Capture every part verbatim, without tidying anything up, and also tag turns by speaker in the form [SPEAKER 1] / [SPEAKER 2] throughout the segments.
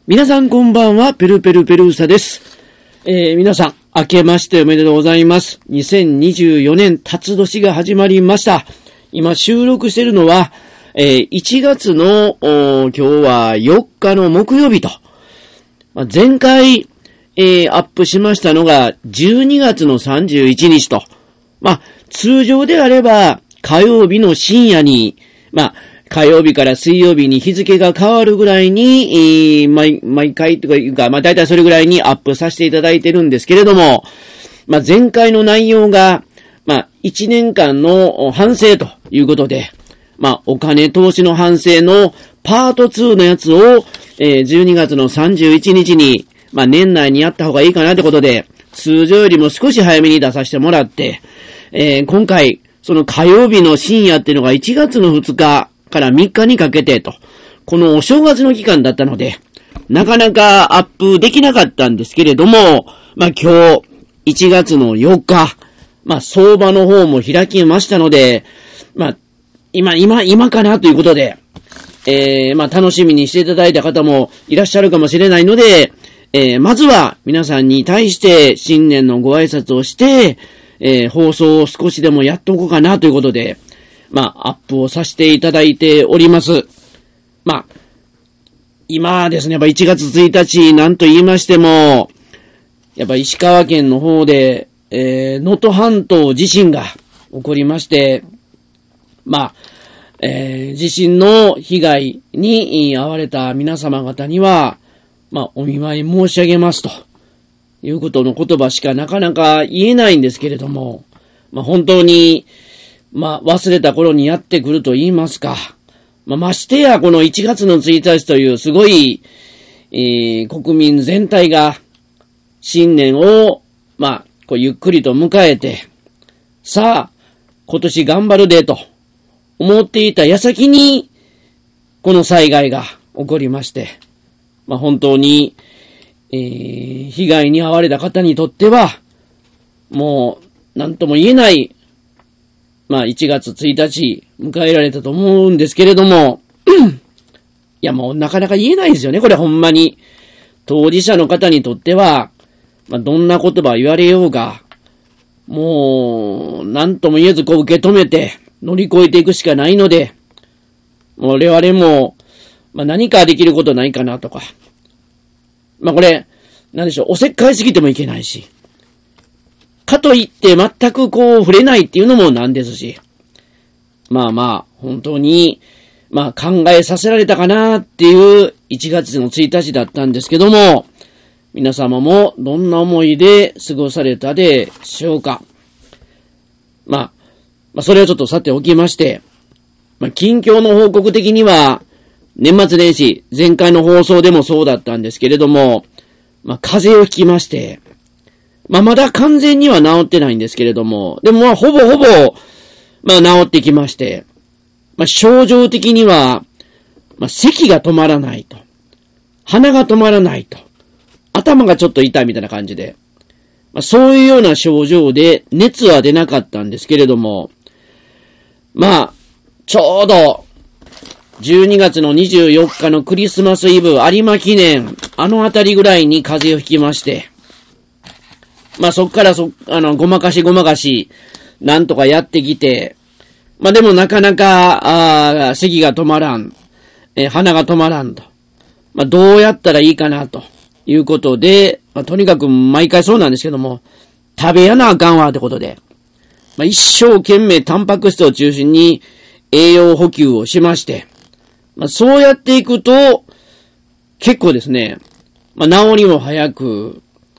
[SPEAKER 1] 皆さんこんばんは、ペルペルペルーサです。えー、皆さん、明けましておめでとうございます。にせんにじゅうよねん、辰年が始まりました。今収録しているのは、えー、いちがつの、今日はよっかの木曜日と、まあ、前回、えー、アップしましたのがじゅうにがつのさんじゅういちにちと、まあ、通常であれば火曜日の深夜に、まあ、火曜日から水曜日に日付が変わるぐらいに、えー、毎、毎回というか、まあ大体それぐらいにアップさせていただいてるんですけれども、まあ前回の内容が、まあいちねんかんの反省ということで、まあお金投資の反省のパートツーのやつを、えー、じゅうにがつのさんじゅういちにちに、まあ年内にやった方がいいかなってことで、通常よりも少し早めに出させてもらって、えー、今回、その火曜日の深夜っていうのがいちがつのふつか、からみっかにかけてと、このお正月の期間だったので、なかなかアップできなかったんですけれども、まあ今日、いちがつのよっか、まあ相場の方も開きましたので、まあ今、今、今かなということで、えー、まあ楽しみにしていただいた方もいらっしゃるかもしれないので、えー、まずは皆さんに対して新年のご挨拶をして、えー、放送を少しでもやっておこうかなということで、まあ、アップをさせていただいております。まあ、今ですね、やっぱいちがつついたち、なんと言いましても、やっぱ石川県の方で、えー、能登半島地震が起こりまして、まあ、えー、地震の被害に遭われた皆様方には、まあ、お見舞い申し上げますということの言葉しかなかなか言えないんですけれども、まあ、本当に、まあ、忘れた頃にやってくると言いますか。まあ、ましてや、このいちがつのついたちというすごい、えー、国民全体が、新年を、まあ、こうゆっくりと迎えて、さあ、今年頑張るで、と思っていた矢先に、この災害が起こりまして、まあ、本当に、えー、被害に遭われた方にとっては、もう、なんとも言えない、まあいちがつついたち迎えられたと思うんですけれども、いやもうなかなか言えないですよね、これほんまに。当事者の方にとっては、まあどんな言葉言われようが、もう、なんとも言えずこう受け止めて乗り越えていくしかないので、我々も、まあ何かできることないかなとか。まあこれ、なんでしょう、おせっかいすぎてもいけないし。かといって全くこう触れないっていうのもなんですし。まあまあ、本当に、まあ考えさせられたかなっていういちがつのついたちだったんですけども、皆様もどんな思いで過ごされたでしょうか。まあ、まあそれはちょっとさておきまして、まあ近況の報告的には、年末年始、前回の放送でもそうだったんですけれども、まあ風邪をひきまして、まあ、まだ完全には治ってないんですけれども、でもまあ、ほぼほぼ、まあ、治ってきまして、まあ、症状的には、まあ、咳が止まらないと。鼻が止まらないと。頭がちょっと痛いみたいな感じで。まあ、そういうような症状で、熱は出なかったんですけれども、まあ、ちょうど、じゅうにがつのにじゅうよっかのクリスマスイブ、有馬記念、あのあたりぐらいに風邪をひきまして、まあそっからそ、あの、ごまかしごまかし、なんとかやってきて、まあでもなかなか、あ咳が止まらん、えー、鼻が止まらんと。まあどうやったらいいかなということで、まあとにかく毎回そうなんですけども、食べやなあかんわってことで、まあ一生懸命タンパク質を中心に栄養補給をしまして、まあそうやっていくと、結構ですね、まあ治りも早く、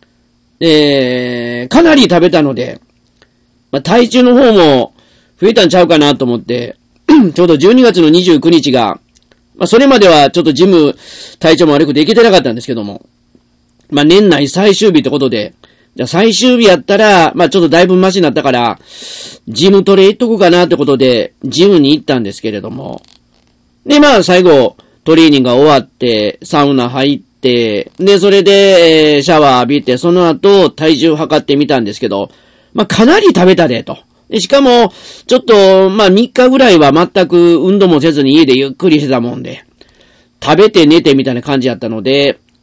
[SPEAKER 1] えー、かなり食べたので、まあ、体重の方も増えたんちゃうかなと思って、ちょうどじゅうにがつのにじゅうくにちが、まあ、それまではちょっとジム体調も悪くていけてなかったんですけども、まあ、年内最終日ってことで、じゃあ最終日やったら、まあ、ちょっとだいぶマシになったから、ジムトレ行っとこうかなってことで、ジムに行ったんですけれども、で、まあ、最後、トレーニングが終わって、サウナ入って、で、それで、えー、シャワー浴びて、その後、体重測ってみたんですけど、まあ、かなり食べたで、と。でしかも、ちょっと、まあ、みっかぐらいは全く運動もせずに家でゆっくりしてたもんで、食べて寝てみたいな感じやったので、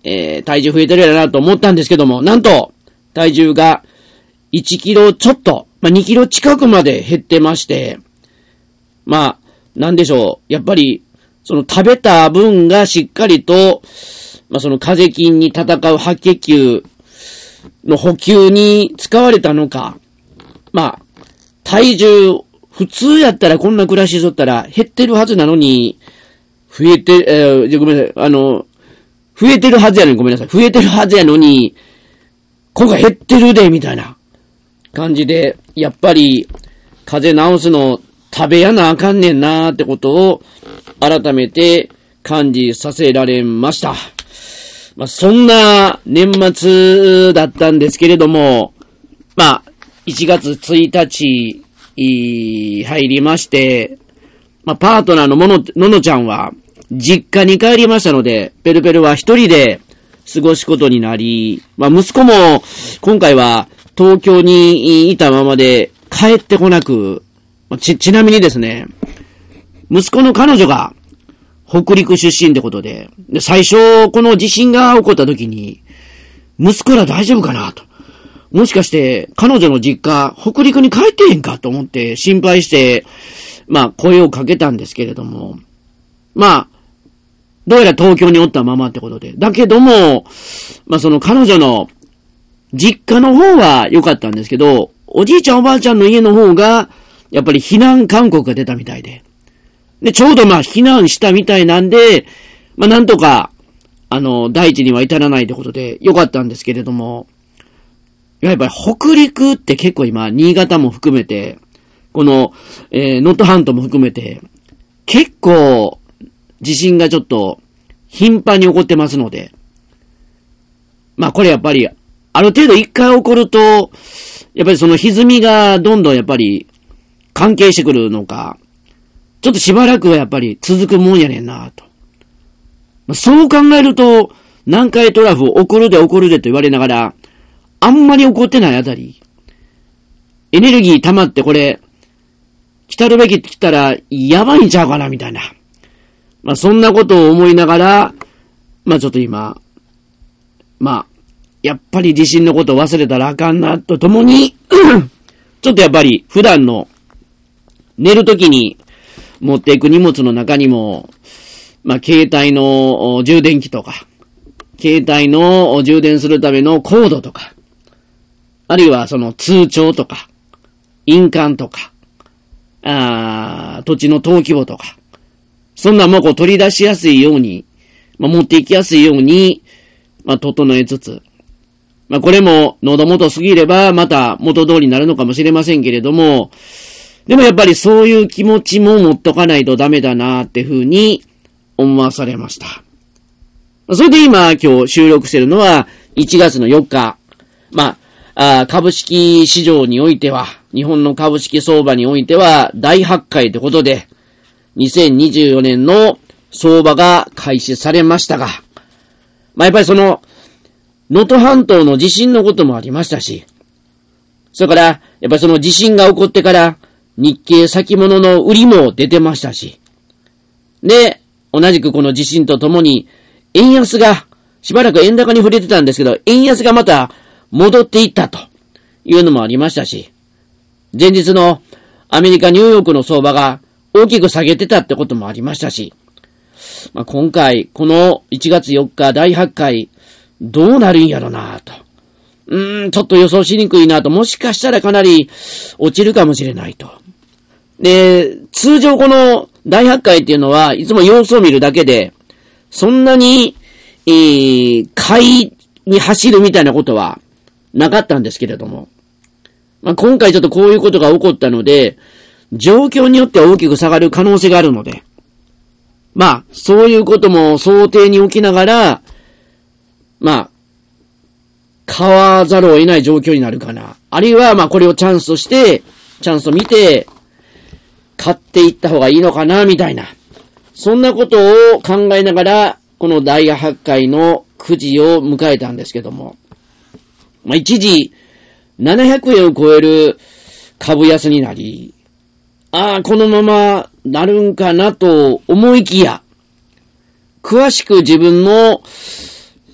[SPEAKER 1] えー、体重増えてるやろなと思ったんですけども、なんと、体重がいちキロちょっと、まあ、にキロ近くまで減ってまして、まあ、なんでしょう。やっぱり、その食べた分がしっかりと、まあ、その風邪菌に戦う白血球の補給に使われたのか、まあ、体重、普通やったらこんな暮らししとったら減ってるはずなのに、増えて、えー、ごめんなさい、あの、増えてるはずやのに、ごめんなさい、増えてるはずやのに、今回減ってるで、みたいな感じで、やっぱり、風邪治すの食べやなあかんねんなーってことを、改めて感じさせられました。まあ、そんな年末だったんですけれども、まあ、いちがつついたち、入りまして、まあ、パートナーのもの、ののちゃんは、実家に帰りましたので、ペルペルは一人で過ごすことになり、まあ、息子も、今回は東京にいたままで帰ってこなく、ち、ちなみにですね、息子の彼女が、北陸出身ってことで、で、最初、この地震が起こった時に、息子ら大丈夫かなと。もしかして、彼女の実家、北陸に帰ってへんかと思って心配して、まあ、声をかけたんですけれども、まあ、どうやら東京におったままってことで。だけども、まあ、その彼女の実家の方は良かったんですけど、おじいちゃんおばあちゃんの家の方が、やっぱり避難勧告が出たみたいで。で、ちょうどまあ、避難したみたいなんで、まあ、なんとか、あの、大地には至らないってことで良かったんですけれども、やっぱり北陸って結構今、新潟も含めて、この、えー、能登半島も含めて、結構、地震がちょっと、頻繁に起こってますので、まあこれやっぱり、ある程度一回起こると、やっぱりその歪みがどんどんやっぱり、関係してくるのか、ちょっとしばらくはやっぱり続くもんやねんなと。まあ、そう考えると、南海トラフ起こるで起こるでと言われながら、あんまり起こってないあたり、エネルギー溜まってこれ、来たるべきって来たら、やばいんちゃうかな、みたいな。まあ、そんなことを思いながら、まあ、ちょっと今、まあ、やっぱり地震のことを忘れたらあかんな、とともに、ちょっとやっぱり、普段の、寝るときに持っていく荷物の中にも、まあ、携帯の充電器とか、携帯の充電するためのコードとか、あるいはその通帳とか、印鑑とか、あ土地の登記簿とか、そんなもんこう取り出しやすいように、まあ、持っていきやすいように、まあ、整えつつ、まあ、これも喉元過ぎればまた元通りになるのかもしれませんけれども、でもやっぱりそういう気持ちも持っとかないとダメだなってふうに思わされました。それで今今日収録してるのはいちがつのよっか。まあ、あ株式市場においては、日本の株式相場においては大発会ということで、にせんにじゅうよねんの相場が開始されましたが、まあやっぱりその、能登半島の地震のこともありましたし、それから、やっぱりその地震が起こってから、日経先物の売りも出てましたし、で、同じくこの地震とともに、円安が、しばらく円高に触れてたんですけど、円安がまた戻っていったというのもありましたし、前日のアメリカニューヨークの相場が大きく下げてたってこともありましたし、まあ、今回、このいちがつよっかだいはちかい、どうなるんやろなと。うーん、ちょっと予想しにくいなと。もしかしたらかなり落ちるかもしれないと。で、通常このだいはちかいっていうのはいつも様子を見るだけで、そんなに、えー、買いに走るみたいなことはなかったんですけれども。まあ、今回ちょっとこういうことが起こったので、状況によっては大きく下がる可能性があるので、まあ、そういうことも想定に置きながら、まあ、買わざるを得ない状況になるかな。あるいは、まあ、これをチャンスとして、チャンスを見て、買っていった方がいいのかな、みたいな。そんなことを考えながら、このだいはちかいのくじを迎えたんですけども。まあ、一時、ななひゃくえんを超える株安になり、ああ、このままなるんかなと思いきや、詳しく自分の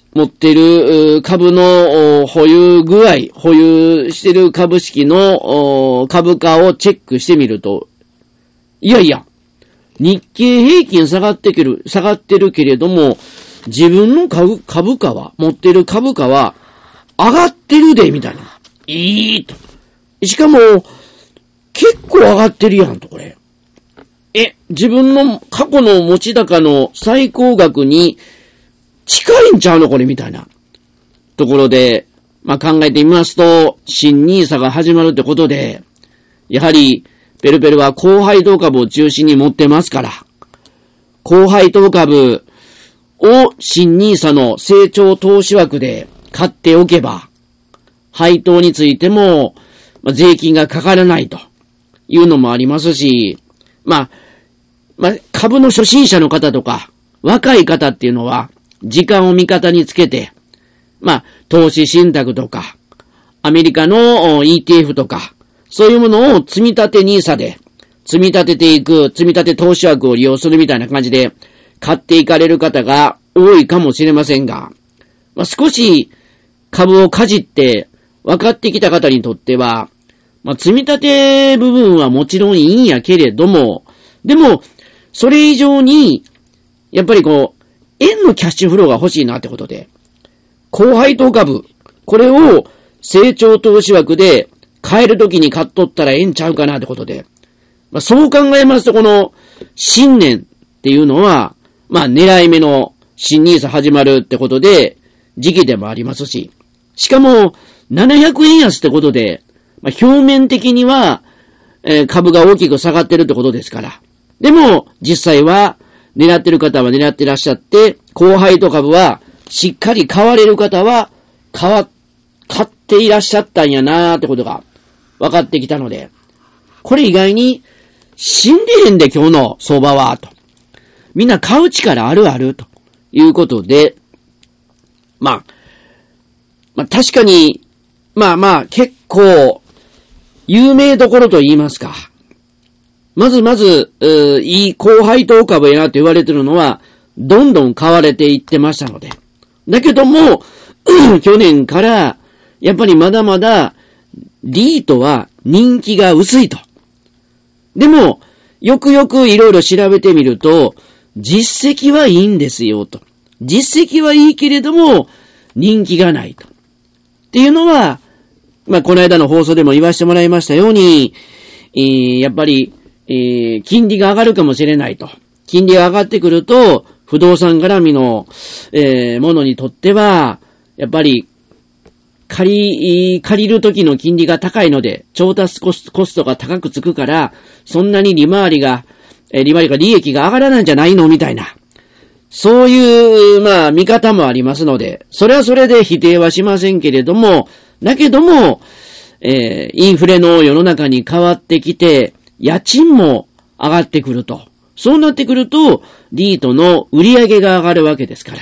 [SPEAKER 1] 持ってる株の保有具合、保有してる株式の株価をチェックしてみると、いやいや、日経平均下がってくる、下がってるけれども、自分の株、株価は、持ってる株価は上がってるで、みたいな。いいと。しかも、結構上がってるやんと、これ。え、自分の過去の持ち高の最高額に近いんちゃうのこれみたいなところで、まあ、考えてみますと、新ニーサが始まるってことで、やはり、ペルペルは高配当株を中心に持ってますから、高配当株を新ニーサの成長投資枠で買っておけば、配当についても、まあ、税金がかからないというのもありますし、まあ、まあ、株の初心者の方とか、若い方っていうのは、時間を味方につけて、まあ、投資信託とか、アメリカの イーティーエフ とか、そういうものを積み立てニーサで、積み立てていく、積み立て投資枠を利用するみたいな感じで、買っていかれる方が多いかもしれませんが、まあ、少し株をかじって分かってきた方にとっては、まあ、積み立て部分はもちろんいいんやけれども、でも、それ以上に、やっぱりこう、円のキャッシュフローが欲しいなってことで、高配当株、これを成長投資枠で買えるときに買っとったらええんちゃうかなってことで、まあ、そう考えますと、この新年っていうのは、まあ狙い目の新ニーサ始まるってことで、時期でもありますし、しかもななひゃくえん安ってことで、まあ、表面的には、えー、株が大きく下がってるってことですから。でも、実際は、狙ってる方は狙ってらっしゃって、高配当株は、しっかり買われる方は、買わ、買っていらっしゃったんやなーってことが分かってきたので、これ意外に、死んでへんで今日の相場は、と。みんな買う力あるある、ということで、まあ、まあ確かに、まあまあ結構、有名どころと言いますか。まずまず、いい高配当株やなと言われてるのは、どんどん買われていってましたので。だけども、去年から、やっぱりまだまだ、リートは人気が薄いと。でも、よくよくいろいろ調べてみると、実績はいいんですよと。実績はいいけれども、人気がないと。っていうのは、まあ、この間の放送でも言わせてもらいましたように、えー、やっぱり、えー、金利が上がるかもしれないと。金利が上がってくると、不動産絡みの、えー、ものにとっては、やっぱり、借り、借りる時の金利が高いので、調達コスト、コストが高くつくから、そんなに利回りが、えー、利回りが利益が上がらないんじゃないのみたいな。そういう、まあ、見方もありますので、それはそれで否定はしませんけれども、だけども、えー、インフレの世の中に変わってきて、家賃も上がってくると。そうなってくると、リートの売り上げが上がるわけですから。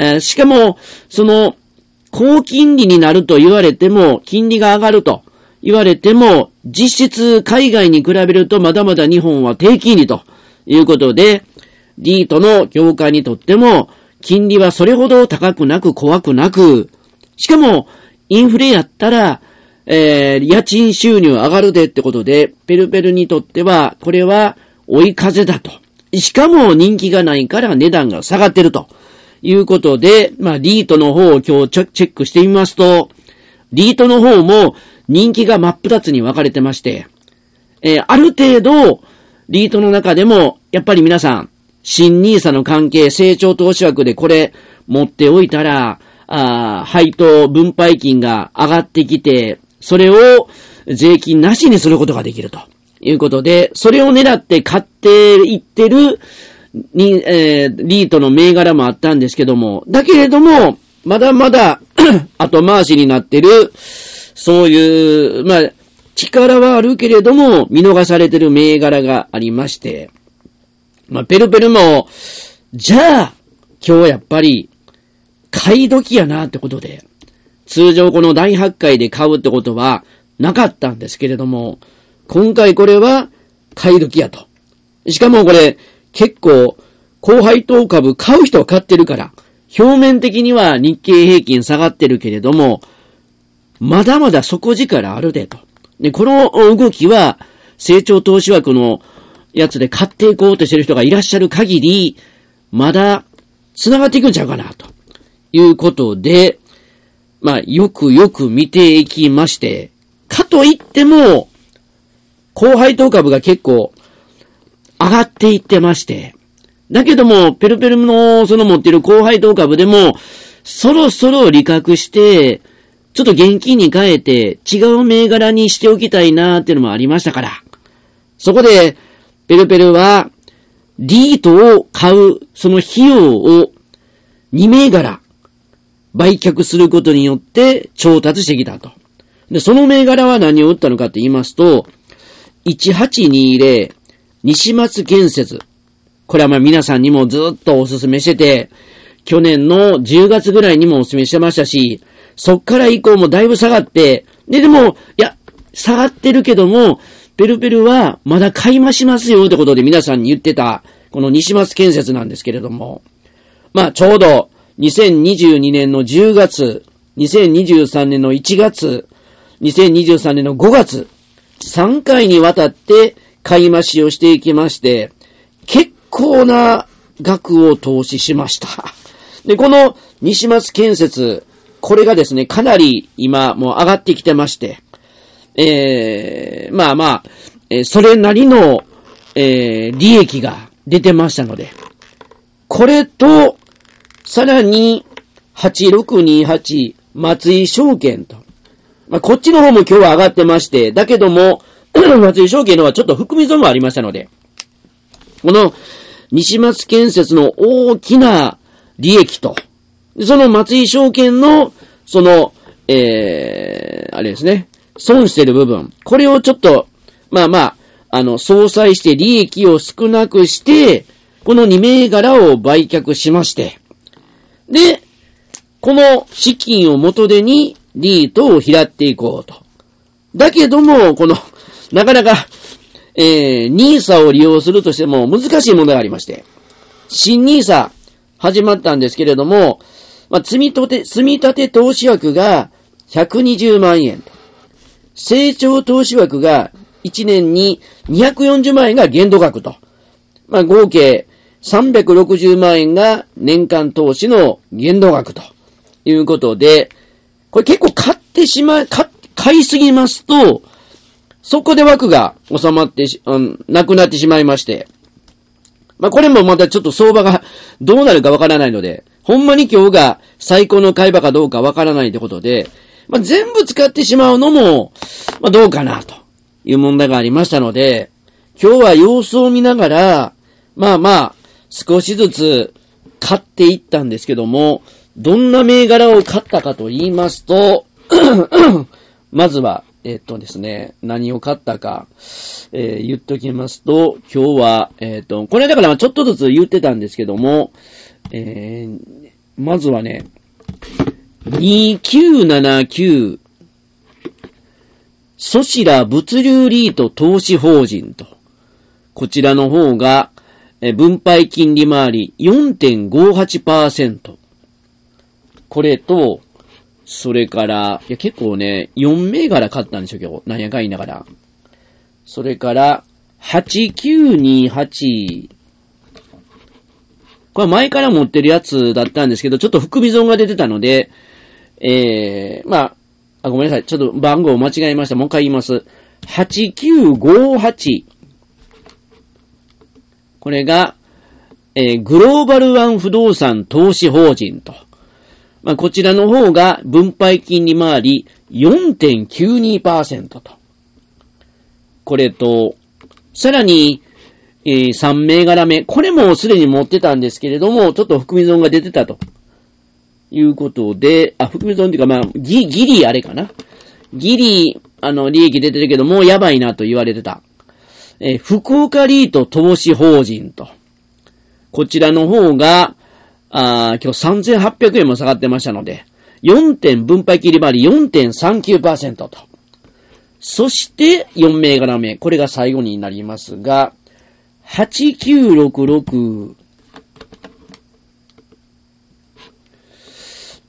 [SPEAKER 1] えー、しかも、その、高金利になると言われても、金利が上がると言われても、実質海外に比べるとまだまだ日本は低金利ということで、リートの業界にとっても、金利はそれほど高くなく怖くなく、しかも、インフレやったら、えー、家賃収入上がるでってことで、ペルペルにとっては、これは追い風だと。しかも人気がないから値段が下がってるということで、まあ、リートの方を今日チェックしてみますと、リートの方も人気が真っ二つに分かれてまして、えー、ある程度、リートの中でも、やっぱり皆さん、新ニーサの関係、成長投資枠でこれ持っておいたら、あ配当分配金が上がってきて、それを税金なしにすることができるということで、それを狙って買っていってるに、えー、リートの銘柄もあったんですけども、だけれども、まだまだ後回しになってる、そういう、まあ、力はあるけれども、見逃されてる銘柄がありまして、まあ、ペルペルも、じゃあ、今日やっぱり、買い時やなってことで、通常このだいはちかいで買うってことはなかったんですけれども、今回これは買い時やと。しかもこれ結構高配当株買う人は買ってるから、 表面的には日経平均下がってるけれども、まだまだ底力あるでと。で、この動きは成長投資枠のやつで買っていこうとしてる人がいらっしゃる限り、まだ繋がっていくんちゃうかな、ということで、まあ、よくよく見ていきまして、かといっても、高配当株が結構上がっていってまして、だけども、ペルペルのその持っている高配当株でも、そろそろ利確して、ちょっと現金に変えて違う銘柄にしておきたいなーっていうのもありましたから、そこで、ペルペルは、リートを買う、その費用をに銘柄、売却することによって調達してきたと。で、その銘柄は何を売ったのかと言いますと、いちはちにぜろ西松建設。これはまあ皆さんにもずっとお勧めしてて、去年のじゅうがつぐらいにもお勧めしてましたし、そっから以降もだいぶ下がって、で、でも、いや、下がってるけども、ペルペルはまだ買い増しますよってことで皆さんに言ってた、この西松建設なんですけれども、まあちょうどにせんにじゅうにねんのじゅうがつ、にせんにじゅうさんねんのいちがつ、にせんにじゅうさんねんのごがつ、さんかいにわたって買い増しをしていきまして、結構な額を投資しました。で、この西松建設、これがですね、かなり今もう上がってきてまして、えー、まあまあ、えー、それなりの、えー、利益が出てましたので、これと、さらに、はちろくにはち松井証券と、まあ、こっちの方も今日は上がってまして、だけども、松井証券の方はちょっと含み損もありましたので、この西松建設の大きな利益と、その松井証券の、その、えー、あれですね、損してる部分、これをちょっと、まあまあ、あの、相殺して利益を少なくして、このに銘柄を売却しまして、で、この資金を元手にリートを拾っていこうと。だけども、この、なかなか、えー、ニーサを利用するとしても難しい問題がありまして、新ニーサ始まったんですけれども、まあ、積み立て、積み立て投資枠がひゃくにじゅうまんえんと。成長投資枠がいちねんににひゃくよんじゅうまんえんが限度額と。まあ、合計さんびゃくろくじゅうまんえんが年間投資の限度額ということで、これ結構買ってしまい、買、買いすぎますと、そこで枠が収まってし、うん、なくなってしまいまして。まあ、これもまたちょっと相場がどうなるかわからないので、ほんまに今日が最高の買い場かどうかわからないってことで、まあ、全部使ってしまうのも、まあ、どうかなという問題がありましたので、今日は様子を見ながら、まあまあ、少しずつ買っていったんですけども、どんな銘柄を買ったかと言いますと、まずは、えっとですね、何を買ったか、えー、言っときますと、今日は、えっと、これだからちょっとずつ言ってたんですけども、えー、まずはね、にきゅうななきゅう、ソシラ物流リート投資法人と、こちらの方が、え分配金利回り よんてんごはちパーセント。これと、それから、いや結構ね、よん銘柄買ったんですよ、今日。なんやかん言いながら。それから、はちきゅうにはち。これ前から持ってるやつだったんですけど、ちょっと含み損が出てたので、えー、まあ、あ、ごめんなさい。ちょっと番号間違えました。もう一回言います。はちきゅうごはち。これが、えー、グローバルワン不動産投資法人と。まあ、こちらの方が分配金利回り よんてんきゅうにパーセント と。これと、さらに、えー、さん銘柄目。これもすでに持ってたんですけれども、ちょっと含み損が出てたと。いうことで、あ、含み損っていうか、まあ、ギ、ギリあれかな。ギリ、あの、利益出てるけども、やばいなと言われてた。えー、福岡リート投資法人と。こちらの方が、あ今日さんぜんはっぴゃくえんも下がってましたので、よんてん分配切り回り よんてんさんきゅうパーセント と。そして、よん銘柄目。これが最後になりますが、はちきゅうろくろく。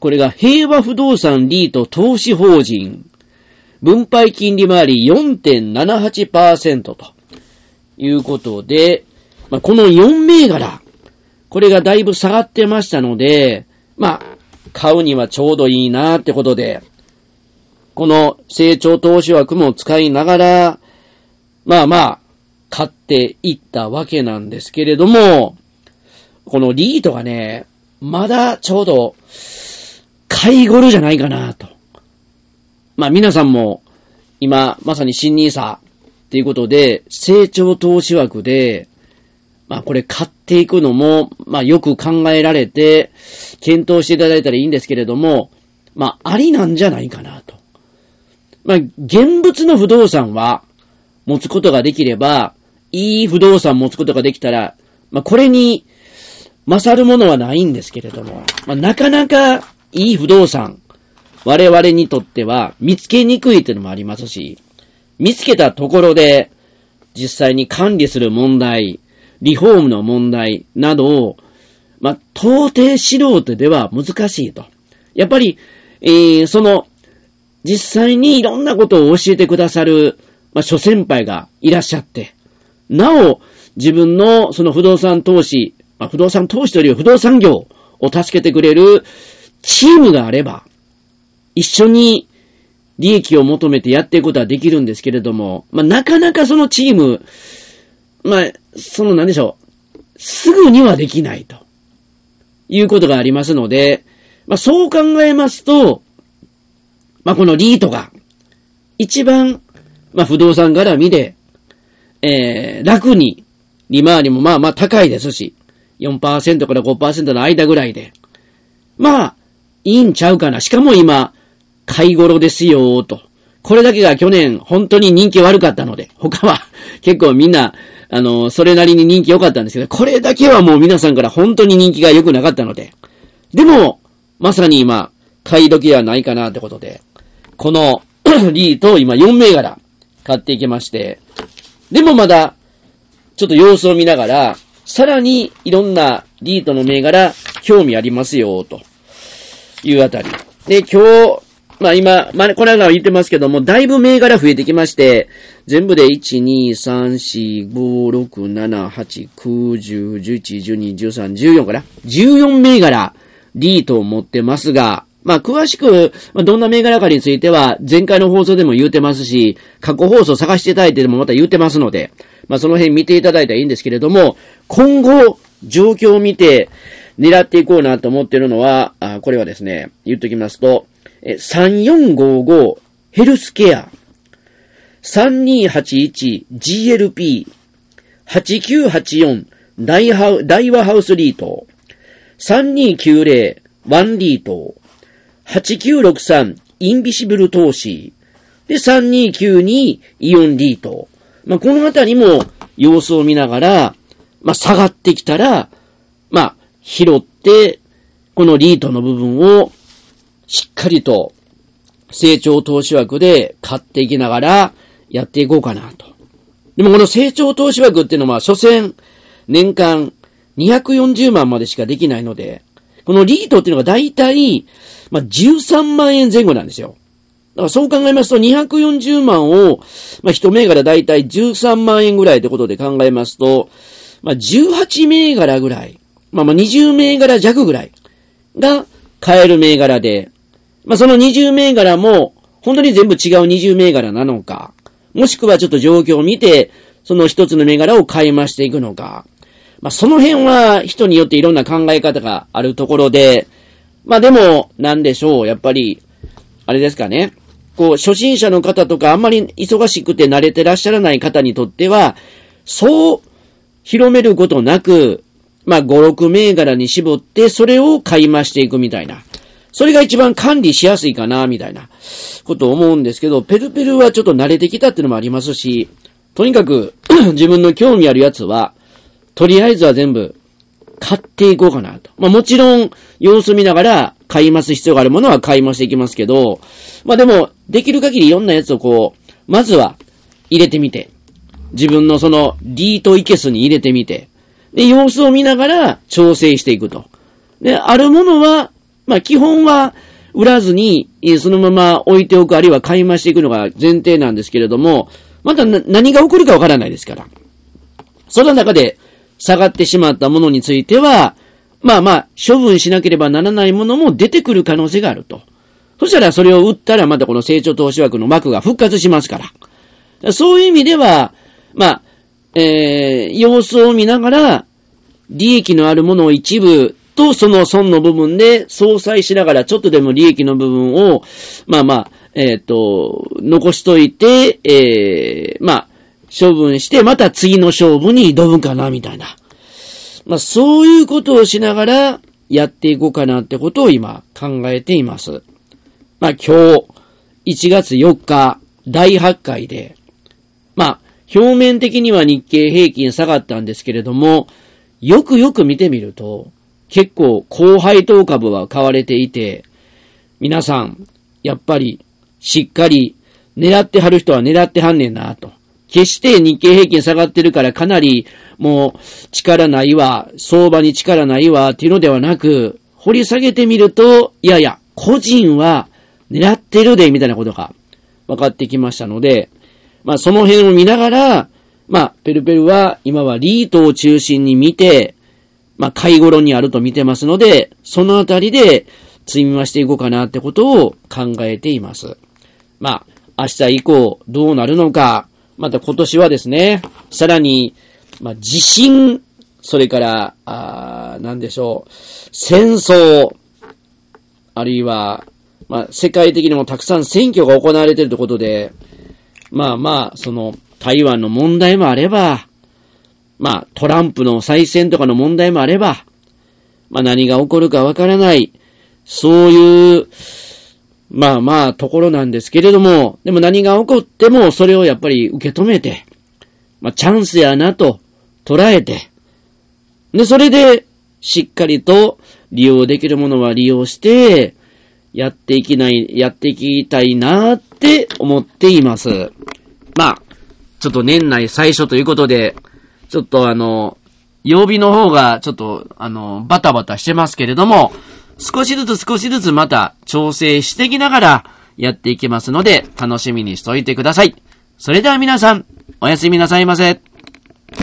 [SPEAKER 1] これが平和不動産リート投資法人。分配金利回り よんてんななはちパーセント ということで、まあ、このよん銘柄、これがだいぶ下がってましたので、まあ、買うにはちょうどいいなってことで、この成長投資枠も使いながら、まあまあ、買っていったわけなんですけれども、このリートがね、まだちょうど、買い頃じゃないかなと。まあ皆さんも、今、まさに新ニーサっていうことで、成長投資枠で、まあこれ買っていくのも、まあよく考えられて、検討していただいたらいいんですけれども、まあありなんじゃないかなと。まあ現物の不動産は持つことができれば、いい不動産持つことができたら、まあこれに勝るものはないんですけれども、まあなかなかいい不動産、我々にとっては見つけにくいというのもありますし、見つけたところで実際に管理する問題、リフォームの問題などを、まあ、到底素人では難しいと。やっぱり、えー、その、実際にいろんなことを教えてくださる、まあ、諸先輩がいらっしゃって、なお、自分のその不動産投資、まあ、不動産投資というより不動産業を助けてくれるチームがあれば、一緒に利益を求めてやっていくことはできるんですけれども、まあ、なかなかそのチーム、まあ、その何でしょう、すぐにはできないということがありますので、まあ、そう考えますと、まあ、このリートが一番、まあ、不動産絡みで、えー、楽に利回りもまあまあ高いですし、よんパーセント から ごパーセント の間ぐらいで、まあ、いいんちゃうかな。しかも今、買い頃ですよと。これだけが去年本当に人気悪かったので、他は結構みんな、あの、それなりに人気良かったんですけど、これだけはもう皆さんから本当に人気が良くなかったので、でも、まさに今、買い時ではないかなってことで、このリートを今よん銘柄買っていきまして、でもまだ、ちょっと様子を見ながら、さらにいろんなリートの銘柄、興味ありますよ、というあたり。で、今日、まあ今、まあ、この間は言ってますけども、だいぶ銘柄増えてきまして、全部でいち、に、さん、よん、ご、ろく、なな、はち、きゅう、じゅう、じゅういち、じゅうに、じゅうさん、じゅうよんかな ?じゅうよん 銘柄、リートを持ってますが、まあ詳しく、まあ、どんな銘柄かについては、前回の放送でも言うてますし、過去放送探していただいてでもまた言うてますので、まあその辺見ていただいたらいいんですけれども、今後、状況を見て、狙っていこうなと思っているのは、あ、これはですね、言っときますと、さんよんごごヘルスケア、さんにはちいちジーエルピー、はちきゅうはちよん大和ハウスリート、さんにきゅうぜろワンリート、はちきゅうろくさんインビシブル投資、でさんにきゅうにイオンリート。まあ、このあたりも様子を見ながら、まあ、下がってきたら、まあ、拾って、このリートの部分をしっかりと成長投資枠で買っていきながらやっていこうかなと。でもこの成長投資枠っていうのは、所詮年間にひゃくよんじゅうまんまでしかできないので、このリートっていうのがだいたい、まあ、じゅうさんまんえん前後なんですよ。だからそう考えますとにひゃくよんじゅうまんを、まあ、一銘柄だいたいじゅうさんまんえんぐらいってことで考えますと、まあ、じゅうはち銘柄ぐらい、まあまあにじゅう銘柄弱ぐらいが買える銘柄で、まあそのにじゅう銘柄も本当に全部違うにじゅう銘柄なのか、もしくはちょっと状況を見て、その一つの銘柄を買い増していくのか、まあその辺は人によっていろんな考え方があるところで、まあでもなんでしょう、やっぱり、あれですかね、こう初心者の方とかあんまり忙しくて慣れてらっしゃらない方にとっては、そう広めることなく、まあ、ご、ろく銘柄に絞って、それを買い増していくみたいな。それが一番管理しやすいかな、みたいなことを思うんですけど、ペルペルはちょっと慣れてきたっていうのもありますし、とにかく自分の興味あるやつは、とりあえずは全部買っていこうかなと。まあもちろん、様子見ながら買い増す必要があるものは買い増していきますけど、まあでも、できる限りいろんなやつをこう、まずは入れてみて、自分のそのリートイケスに入れてみて、で、様子を見ながら調整していくと。で、あるものはまあ基本は売らずに、そのまま置いておく、あるいは買い増していくのが前提なんですけれども、また何が起こるかわからないですから。その中で下がってしまったものについては、まあまあ、処分しなければならないものも出てくる可能性があると。そしたらそれを売ったらまたこの成長投資枠の枠が復活しますから。そういう意味では、まあ、えー、様子を見ながら、利益のあるものを一部とその損の部分で相殺しながらちょっとでも利益の部分を、まあまあ、えっと、残しといて、えー、まあ、処分してまた次の勝負に挑むかな、みたいな。まあ、そういうことをしながらやっていこうかなってことを今考えています。まあ、今日、いちがつよっか、だいはちかいで、まあ、表面的には日経平均下がったんですけれども、よくよく見てみると、結構高配当株は買われていて、皆さん、やっぱりしっかり狙ってはる人は狙ってはんねんなと。決して日経平均下がってるからかなりもう力ないわ、相場に力ないわっていうのではなく、掘り下げてみると、いやいや、個人は狙ってるでみたいなことが分かってきましたので、まあその辺を見ながら、まあペルペルは今はリートを中心に見て、まあ買い頃にあると見てますので、そのあたりで積み増していこうかなってことを考えています。まあ明日以降どうなるのか、また今年はですね、さらに、まあ地震、それから、あなんでしょう、戦争、あるいは、まあ世界的にもたくさん選挙が行われているということで、まあまあ、その台湾の問題もあれば、まあトランプの再選とかの問題もあれば、まあ何が起こるかわからない、そういう、まあまあところなんですけれども、でも何が起こってもそれをやっぱり受け止めて、まあチャンスやなと捉えて、で、それでしっかりと利用できるものは利用して、やっていきない、やっていきたいなって思っています。まあ、ちょっと年内最初ということで、ちょっとあの、曜日の方がちょっとあの、バタバタしてますけれども、少しずつ少しずつまた調整していきながらやっていきますので、楽しみにしておいてください。それでは皆さん、おやすみなさいませ。